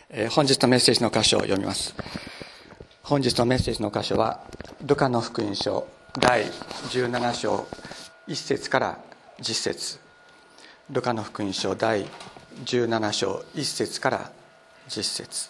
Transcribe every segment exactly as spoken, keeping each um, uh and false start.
えー、本日のメッセージの箇所を読みます。本日のメッセージの箇所はルカの福音書だいじゅうなな章いっ節からじゅっ節、ルカの福音書だいじゅうなな章いっ節からじゅっ節。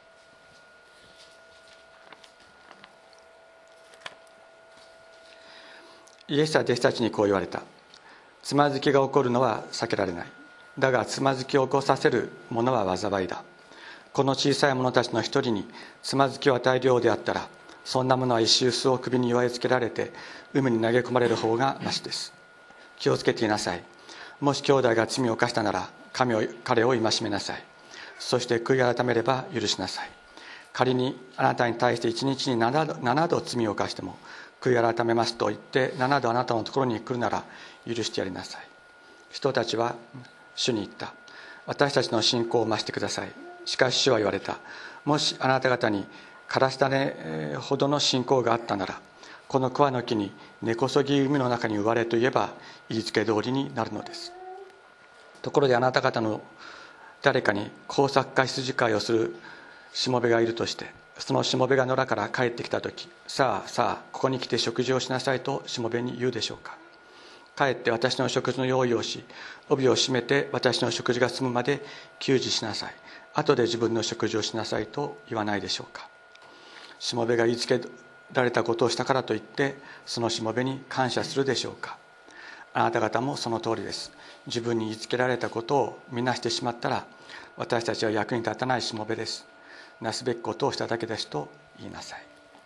イエスは弟子たちにこう言われた。つまずきが起こるのは避けられない。だがつまずきを起こさせるものは災いだ。この小さい者たちの一人につまずきを与えるようであったら、そんなものは石臼を首に結いつけられて海に投げ込まれる方がましです。気をつけていなさい。もし兄弟が罪を犯したなら神を彼を戒めなさい。そして悔い改めれば許しなさい。仮にあなたに対して一日にななど、ななど罪を犯しても、悔い改めますと言ってななどあなたのところに来るなら許してやりなさい。人たちは主に言った。私たちの信仰を増してください。しかし主は言われた。もしあなた方にカラス種ほどの信仰があったなら、この桑の木に根こそぎ海の中に植われと言えば言いつけ通りになるのです。ところであなた方の誰かに工作か羊飼いをするしもべがいるとして、そのしもべが野良から帰ってきたとき、さあさあここに来て食事をしなさいとしもべに言うでしょうか。帰って私の食事の用意をし、帯を締めて私の食事が済むまで給仕しなさい。後で自分の食事をしなさいと言わないでしょうか。しもべが言いつけられたことをしたからといってそのしもべに感謝するでしょうか。あなた方もその通りです。自分に言いつけられたことを見なしてしまったら、私たちは役に立たないしもべです。なすべきことをしただけですと言いなさい。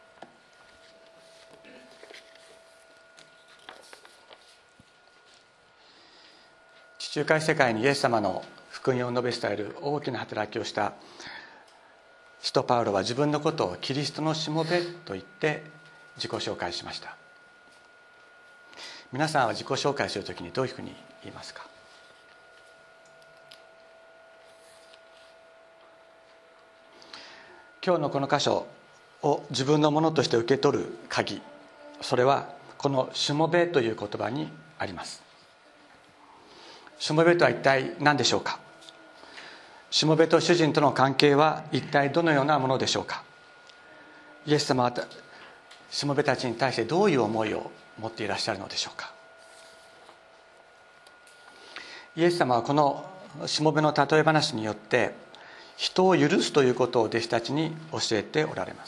地中海世界にイエス様の福音を述べ伝える大きな働きをした使徒パウロは、自分のことをキリストのしもべと言って自己紹介しました。皆さんは自己紹介するときにどういうふうに言いますか。今日のこの箇所を自分のものとして受け取る鍵、それはこのしもべという言葉にあります。しもべとは一体何でしょうか。しもべと主人との関係は一体どのようなものでしょうか。イエス様はしもべたちに対してどういう思いを持っていらっしゃるのでしょうか。イエス様はこのしもべの例え話によって人を許すということを弟子たちに教えておられます。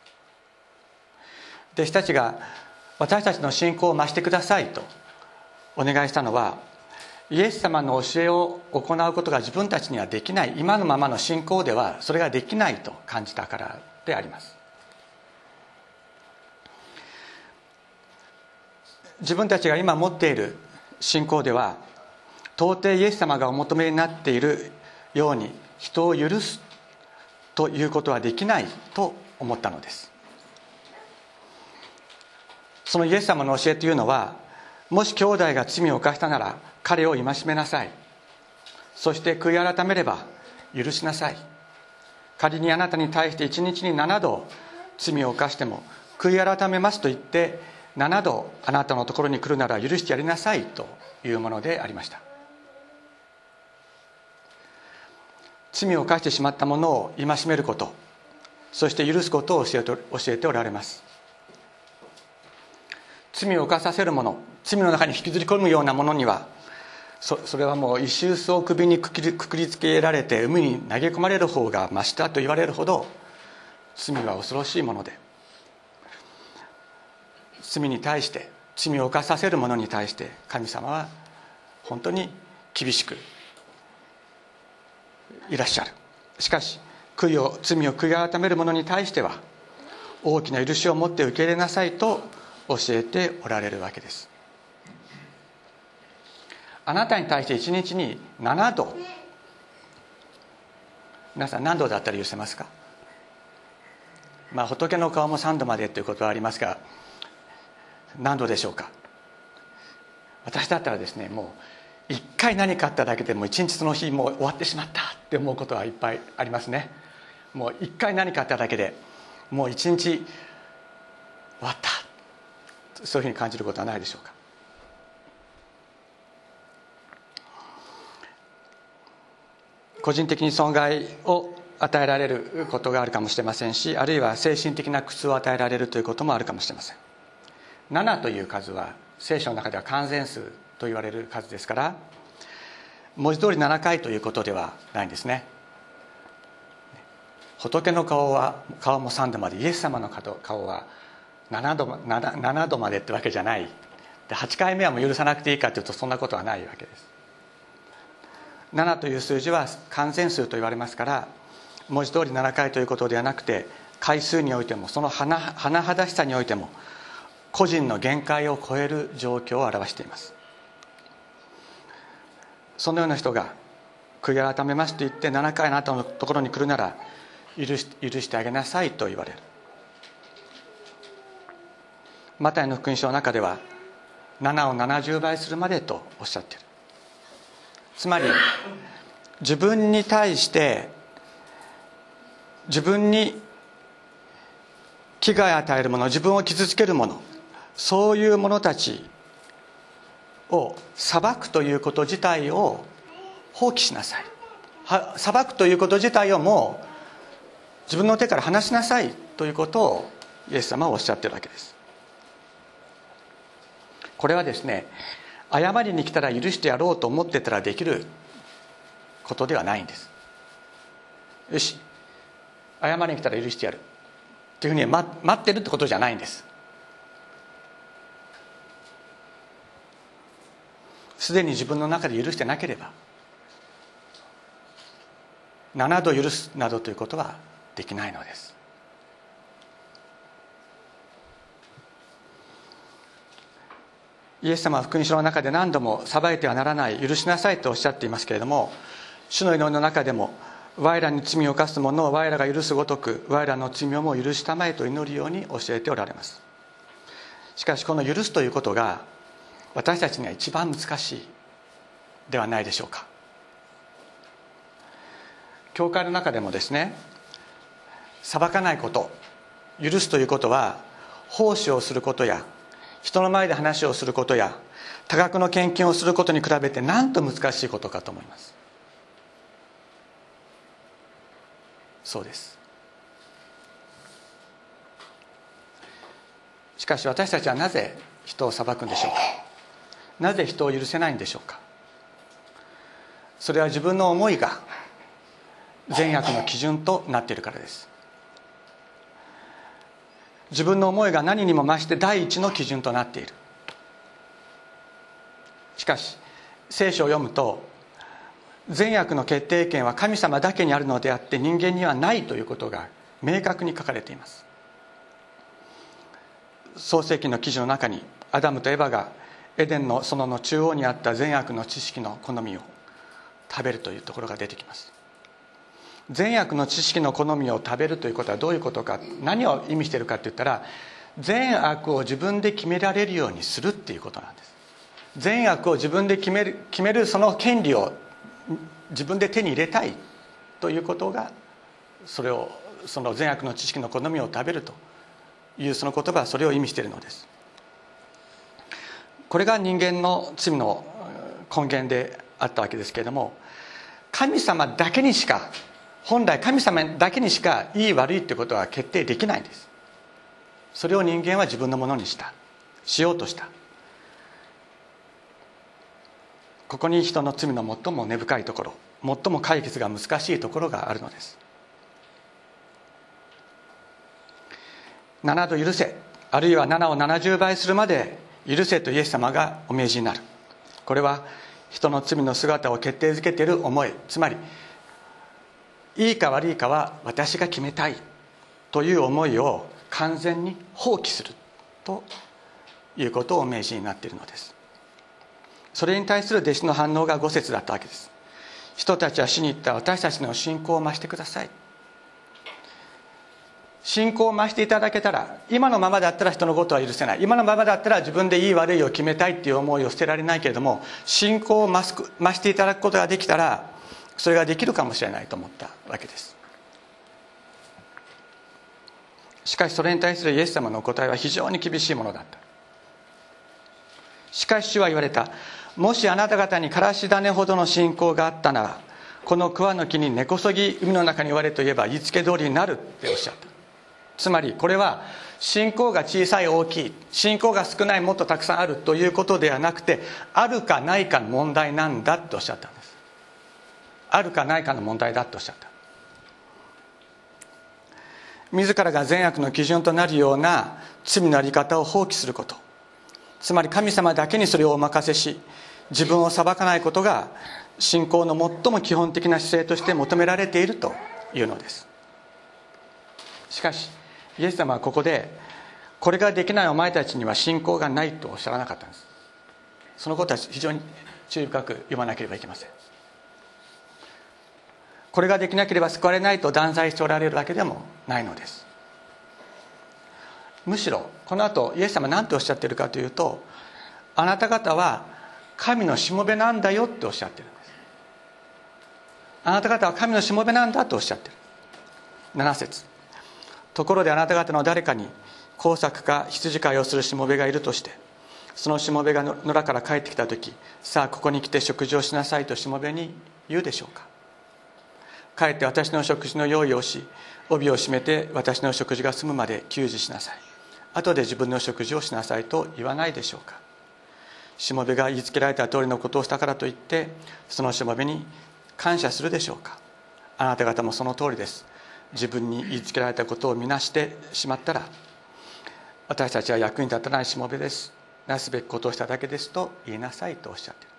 弟子たちが私たちの信仰を増してくださいとお願いしたのは、イエス様の教えを行うことが自分たちにはできない、今のままの信仰ではそれができないと感じたからであります。自分たちが今持っている信仰では到底イエス様がお求めになっているように人を許すということはできないと思ったのです。そのイエス様の教えというのは、もし兄弟が罪を犯したなら彼を戒めなさい。そして悔い改めれば許しなさい。仮にあなたに対して一日にななど罪を犯しても、悔い改めますと言ってななどあなたのところに来るなら許してやりなさいというものでありました。罪を犯してしまったものを戒めること、そして許すことを教えて、教えておられます。罪を犯させるもの、罪の中に引きずり込むようなものには、 そ, それはもう石臼を首にくくり、くくりつけられて海に投げ込まれる方がましだと言われるほど罪は恐ろしいもので、罪に対して、罪を犯させるものに対して神様は本当に厳しくいらっしゃる。しかし悔いを罪を悔い改める者に対しては大きな許しを持って受け入れなさいと教えておられるわけです。あなたに対していちにちにななど、皆さん何度だったら許せますか。まあ仏の顔もさんどまでということはありますが、何度でしょうか。私だったらですね、もういっかい何かあっただけでも一日その日もう終わってしまったって思うことはいっぱいありますね。もういっかい何かあっただけでもう一日終わった、そういうふうに感じることはないでしょうか。個人的に損害を与えられることがあるかもしれませんし、あるいは精神的な苦痛を与えられるということもあるかもしれません。ななという数は聖書の中では完全数と言われる数ですから、文字通りななかいということではないんですね。仏の顔は顔もさんどまで、イエス様の顔はななど、なな、ななどまでってわけじゃない。ではちかいめはもう許さなくていいかというと、そんなことはないわけです。ななという数字は完全数と言われますから、文字通りななかいということではなくて、回数においてもその甚だしさにおいても個人の限界を超える状況を表しています。そのような人が悔い改めますと言ってななかいあなたのところに来るなら許し、許してあげなさいと言われる。マタイの福音書の中ではななをななじゅうばいするまでとおっしゃっている。つまり自分に対して自分に危害を与えるもの、自分を傷つけるもの、そういう者たちを裁くということ自体を放棄しなさい。裁くということ自体をもう自分の手から離しなさいということをイエス様はおっしゃっているわけです。これはですね、謝りに来たら許してやろうと思ってたらできることではないんです。よし、謝りに来たら許してやるというふうに待ってるってことじゃないんです。すでに自分の中で許してなければななど許すなどということはできないのです。イエス様は福音書の中で何度も裁いてはならない、許しなさいとおっしゃっていますけれども、主の祈りの中でも我らに罪を犯す者を我らが許すごとく我らの罪をも許したまえと祈るように教えておられます。しかしこの許すということが私たちには一番難しいではないでしょうか。教会の中でもですね、裁かないこと、許すということは奉仕をすることや人の前で話をすることや多額の献金をすることに比べてなんと難しいことかと思います。そうです。しかし私たちはなぜ人を裁くんでしょうか。なぜ人を許せないんでしょうか。それは自分の思いが善悪の基準となっているからです。自分の思いが何にも増して第一の基準となっている。しかし聖書を読むと善悪の決定権は神様だけにあるのであって人間にはないということが明確に書かれています。創世記の記事の中にアダムとエバがエデンの園の中央にあった善悪の知識の好みを食べるというところが出てきます。善悪の知識の好みを食べるということはどういうことか、何を意味しているかといったら、善悪を自分で決められるようにするっていうことなんです。善悪を自分で決める、決めるその権利を自分で手に入れたいということが、それをその善悪の知識の好みを食べるというその言葉はそれを意味しているのです。これが人間の罪の根源であったわけですけれども、神様だけにしか、本来神様だけにしかいい悪いということは決定できないんです。それを人間は自分のものにしたしようとした。ここに人の罪の最も根深いところ、最も解決が難しいところがあるのです。ななど許せ、あるいはななをななじゅうばいするまで許せとイエス様がお命じになる。これは人の罪の姿を決定づけている思い、つまりいいか悪いかは私が決めたいという思いを完全に放棄するということをお命じになっているのです。それに対する弟子の反応がご節だったわけです。人たちは主に言った。私たちの信仰を増してください。信仰を増していただけたら、今のままだったら人のことは許せない、今のままだったら自分でいい悪いを決めたいっていう思いを捨てられないけれども、信仰を増す、増していただくことができたらそれができるかもしれないと思ったわけです。しかしそれに対するイエス様のお答えは非常に厳しいものだった。しかし主は言われた。もしあなた方にからし種ほどの信仰があったなら、 この桑の木に根こそぎ海の中に割れといえば言いつけ通りになるっておっしゃった。つまりこれは信仰が小さい大きい、信仰が少ないもっとたくさんあるということではなくて、あるかないかの問題なんだっておっしゃったんです。あるかないかの問題だっておっしゃった。自らが善悪の基準となるような罪のあり方を放棄すること、つまり神様だけにそれをお任せし自分を裁かないことが信仰の最も基本的な姿勢として求められているというのです。しかしイエス様はここで、これができないお前たちには信仰がないとおっしゃらなかったんです。そのことは非常に注意深く読まなければいけません。これができなければ救われないと断罪しておられるわけでもないのです。むしろこの後イエス様は何ておっしゃっているかというと、あなた方は神のしもべなんだよっておっしゃってるんです。あなた方は神のしもべなんだとおっしゃってる。なな節、ところであなた方の誰かに耕作か羊飼いをするしもべがいるとして、そのしもべが野良から帰ってきた時、さあここに来て食事をしなさいとしもべに言うでしょうか。帰って私の食事の用意をし、帯を締めて私の食事が済むまで給仕しなさい、後で自分の食事をしなさいと言わないでしょうか。しもべが言いつけられた通りのことをしたからといってそのしもべに感謝するでしょうか。あなた方もその通りです。自分に言いつけられたことを見なしてしまったら、私たちは役に立たないしもべです、なすべきことをしただけですと言いなさいとおっしゃっている。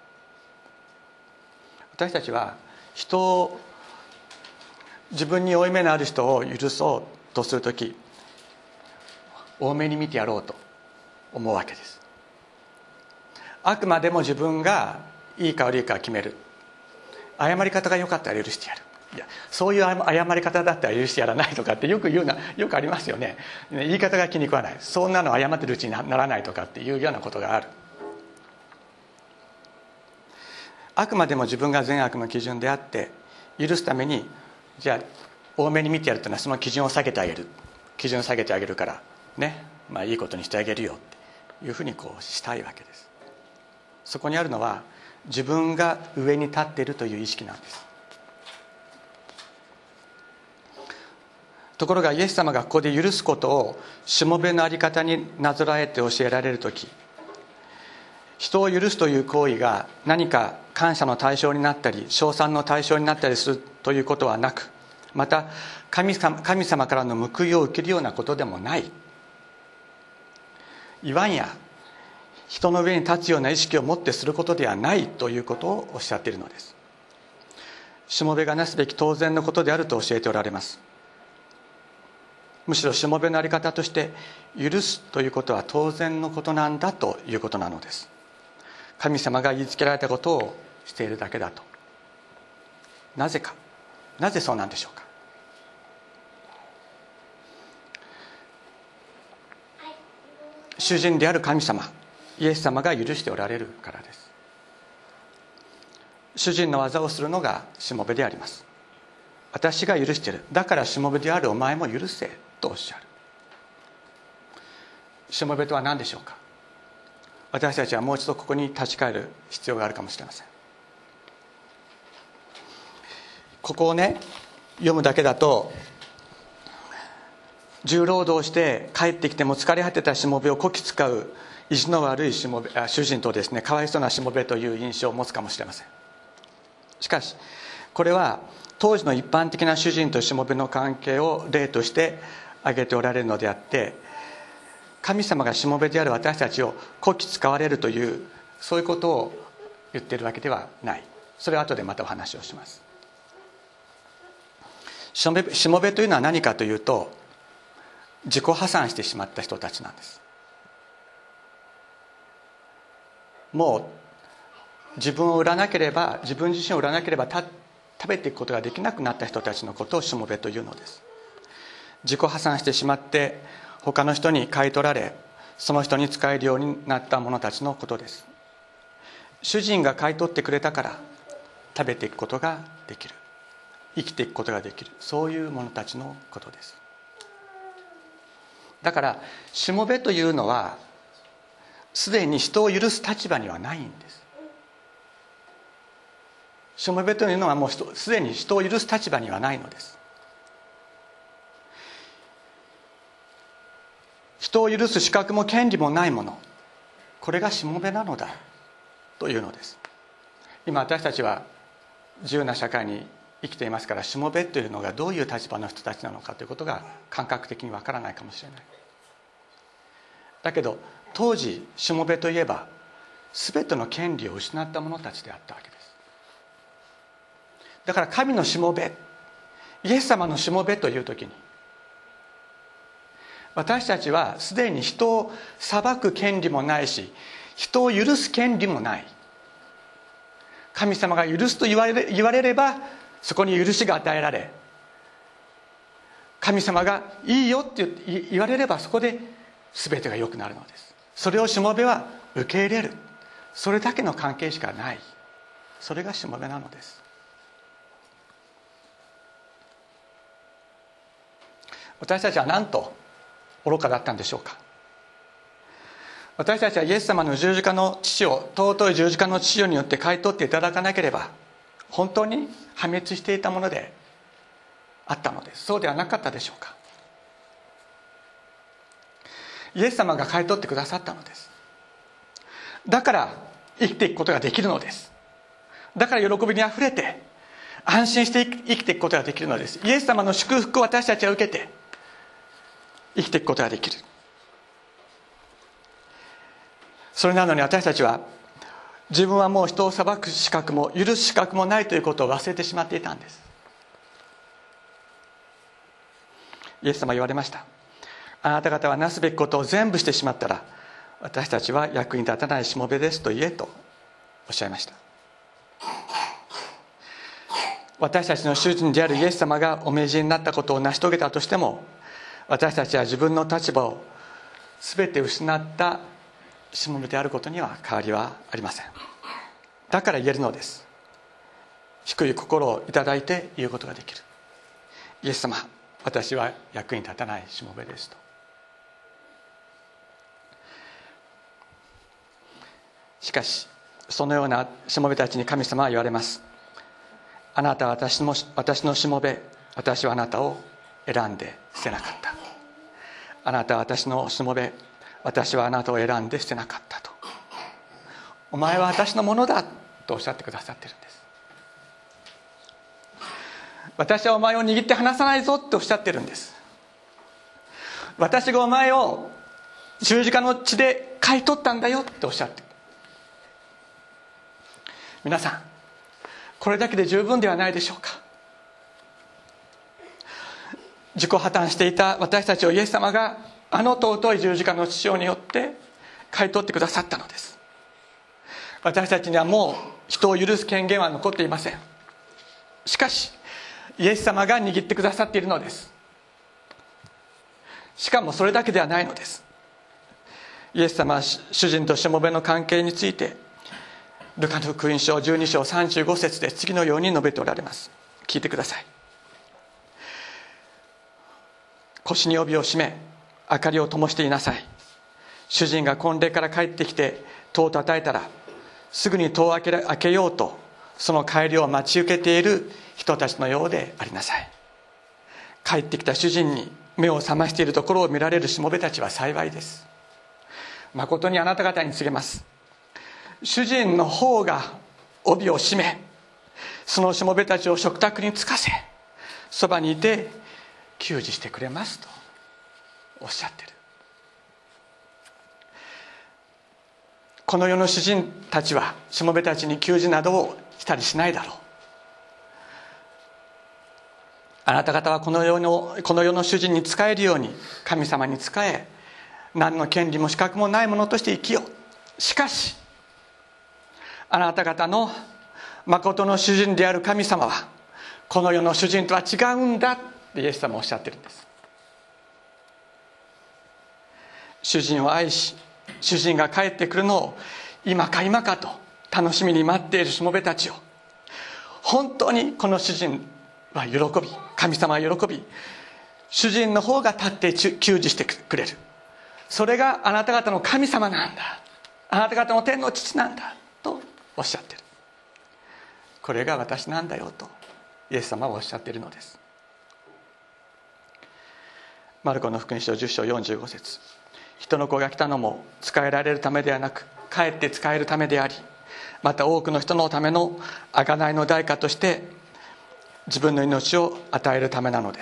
私たちは人を、自分に負い目のある人を許そうとするとき、多めに見てやろうと思うわけです。あくまでも自分がいいか悪いか決める。謝り方が良かったら許してやる。いや、そういう謝り方だったら許してやらないとかってよく言うな、よくありますよね。言い方が気に食わない、そんなの謝ってるうちにならないとかっていうようなことがある。あくまでも自分が善悪の基準であって、許すためにじゃあ多めに見てやるというのはその基準を下げてあげる、基準を下げてあげるからね、まあいいことにしてあげるよっていうふうにこうしたいわけです。そこにあるのは自分が上に立っているという意識なんです。ところがイエス様がここで許すことをしもべの在り方になぞらえて教えられるとき、人を許すという行為が何か感謝の対象になったり称賛の対象になったりするということはなく、また神様、神様からの報いを受けるようなことでもない。いわんや人の上に立つような意識を持ってすることではないということをおっしゃっているのです。しもべがなすべき当然のことであると教えておられます。むしろしもべの在り方として許すということは当然のことなんだということなのです。神様が言いつけられたことをしているだけだと。なぜか、なぜそうなんでしょうか。主人である神様イエス様が許しておられるからです。主人の技をするのがしもべであります。私が許している、だからしもべであるお前も許せとおっしゃる。しもべとは何でしょうか。私たちはもう一度ここに立ち返る必要があるかもしれません。ここをね読むだけだと、重労働して帰ってきても疲れ果てたしもべをこき使う意地の悪いしもべ、あ主人とですね、かわいそうなしもべという印象を持つかもしれません。しかしこれは当時の一般的な主人としもべの関係を例として挙げておられるのであって、神様がしもべである私たちをこき使われるというそういうことを言っているわけではない。それは後でまたお話をします。しもべ、しもべというのは何かというと、自己破産してしまった人たちなんです。もう自分を売らなければ、自分自身を売らなければた食べていくことができなくなった人たちのことをしもべというのです。自己破産してしまって他の人に買い取られ、その人に使えるようになった者たちのことです。主人が買い取ってくれたから食べていくことができる、生きていくことができる、そういう者たちのことです。だからしもべというのはすでに人を許す立場にはないんです。 しもべというのはもうすでに人を許す立場にはないのです。人を許す資格も権利もないもの、これがしもべなのだというのです。今私たちは自由な社会に生きていますから、しもべというのがどういう立場の人たちなのかということが感覚的にわからないかもしれない。だけど当時しもべといえば全ての権利を失った者たちであったわけです。だから神のしもべ、イエス様のしもべという時に、私たちはすでに人を裁く権利もないし、人を許す権利もない。神様が許すと言われ、言われればそこに許しが与えられ、神様がいいよって言われればそこで全てが良くなるのです。それをしもべは受け入れる、それだけの関係しかない。それがしもべなのです。私たちは何と愚かだったんでしょうか。私たちはイエス様の十字架の父を、尊い十字架の父によって買い取っていただかなければ本当に破滅していたものであったのです。そうではなかったでしょうか。イエス様が買い取ってくださったのです。だから生きていくことができるのです。だから喜びにあふれて安心して生きていくことができるのです。イエス様の祝福を私たちは受けて生きていくことができる。それなのに私たちは自分はもう人を裁く資格も許す資格もないということを忘れてしまっていたんです。イエス様は言われました。あなた方はなすべきことを全部してしまったら私たちは役に立たないしもべですと言えとおっしゃいました。私たちの主人であるイエス様がお命じになったことを成し遂げたとしても、私たちは自分の立場を全て失ったしもべであることには変わりはありません。だから言えるのです。低い心をいただいて言うことができる。イエス様、私は役に立たないしもべですと。しかしそのようなしもべたちに神様は言われます。あなたは私の、私のしもべ、私はあなたを選んで捨てなかった。あなたは私のしもべ、私はあなたを選んで捨てなかったと。お前は私のものだとおっしゃってくださっているんです。私はお前を握って離さないぞとおっしゃっているんです。私がお前を十字架の血で買い取ったんだよとおっしゃっている。皆さん、これだけで十分ではないでしょうか。自己破綻していた私たちをイエス様があの尊い十字架の血潮によって買い取ってくださったのです。私たちにはもう人を許す権限は残っていません。しかしイエス様が握ってくださっているのです。しかもそれだけではないのです。イエス様は主人としもべの関係についてルカの福音書じゅうに章さんじゅうご節で次のように述べておられます。聞いてください。腰に帯を締め明かりを灯していなさい。主人が婚礼から帰ってきて戸を叩いたらすぐに戸を開け、開けようとその帰りを待ち受けている人たちのようでありなさい。帰ってきた主人に目を覚ましているところを見られるしもべたちは幸いです。誠にあなた方に告げます。主人の方が帯を締めそのしもべたちを食卓につかせそばにいて給仕してくれますとおっしゃっている。この世の主人たちはしもべたちに給仕などをしたりしないだろう。あなた方はこの世の、この世の主人に仕えるように神様に仕え何の権利も資格もないものとして生きよう。しかしあなた方の誠の主人である神様はこの世の主人とは違うんだってイエス様はおっしゃってるんです。主人を愛し主人が帰ってくるのを今か今かと楽しみに待っているしもべたちを本当にこの主人は喜び神様は喜び主人の方が立って給仕してくれる。それがあなた方の神様なんだ、あなた方の天の父なんだとおっしゃっている。 これが私なんだよとイエス様はおっしゃっているのです。マルコの福音書じゅっ章よんじゅうご節、人の子が来たのも仕えられるためではなく、かえって仕えるためであり、また多くの人のための贖いの代価として自分の命を与えるためなのです。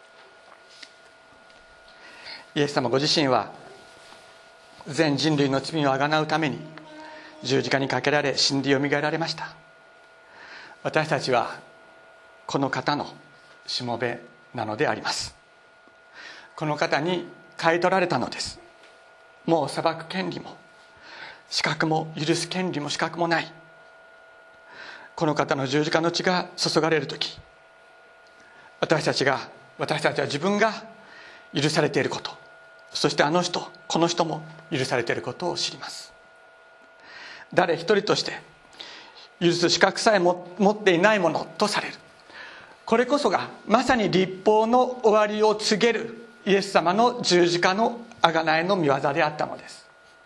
イエス様ご自身は全人類の罪を贖うために十字架にかけられ、死んでよみがえられました。私たちはこの方のしもべなのであります。この方に買い取られたのです。もう裁く権利も資格も許す権利も資格もない。この方の十字架の血が注がれるとき、私たちが私たちは自分が許されていること、そしてあの人この人も許されていることを知ります。誰一人として許す資格さえも持っていないものとされる。これこそがまさに律法の終わりを告げるイエス様の十字架の贖いの御業であったのです。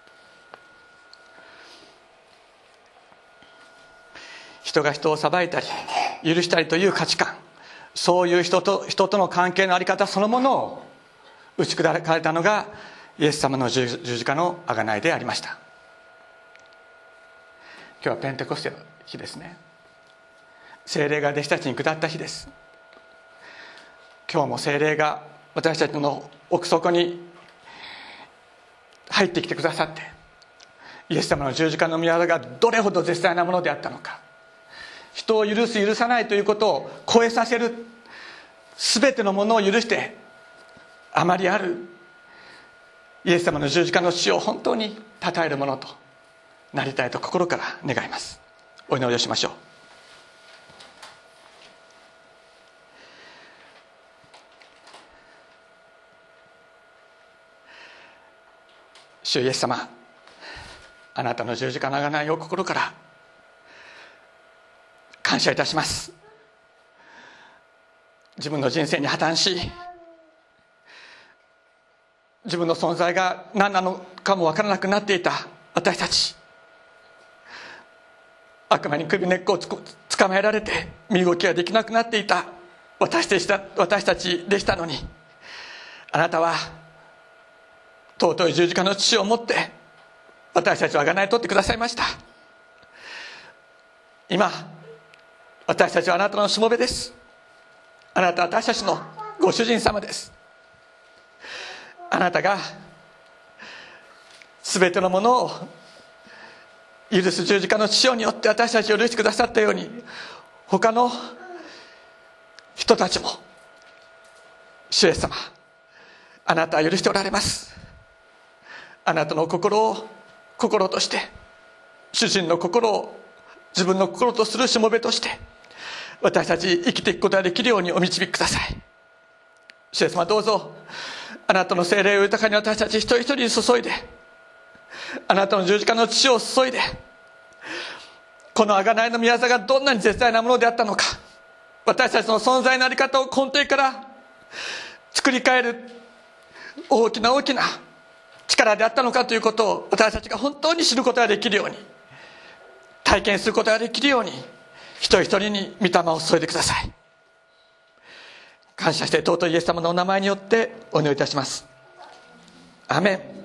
人が人を裁いたり許したりという価値観、そういう人と人との関係の在り方そのものを打ち砕かれたのがイエス様の十字架の贖いでありました。今日はペンテコステの日ですね。聖霊が弟子たちに下った日です。今日も聖霊が私たちの奥底に入ってきてくださって、イエス様の十字架の御業がどれほど絶大なものであったのか、人を許す許さないということを超えさせる、全てのものを許してあまりあるイエス様の十字架の死を本当に称えるものとなりたいと心から願います。お祈りをしましょう。主イエス様、あなたの十字架の贖いを心から感謝いたします。自分の人生に破綻し、自分の存在が何なのかも分からなくなっていた私たち、悪魔に首根っこをつかまえられて身動きができなくなっていた私でした私たちでしたのに、あなたは尊い十字架の血を持って私たちを贖い取ってくださいました。今私たちはあなたのしもべです。あなたは私たちのご主人様です。あなたが全てのものを許す十字架の血によって私たちを許してくださったように、他の人たちも主イエス様、あなたは許しておられます。あなたの心を心として、主人の心を自分の心とするしもべとして私たち生きていくことができるようにお導きください。主イエス様、どうぞあなたの聖霊を豊かに私たち一人一人に注いで、あなたの十字架の血を注いで、この贖いの御業がどんなに絶大なものであったのか、私たちの存在の在り方を根底から作り変える大きな大きな力であったのかということを私たちが本当に知ることができるように、体験することができるように、一人一人に御霊を注いでください。感謝して尊いイエス様のお名前によってお祈りいたします。アーメン。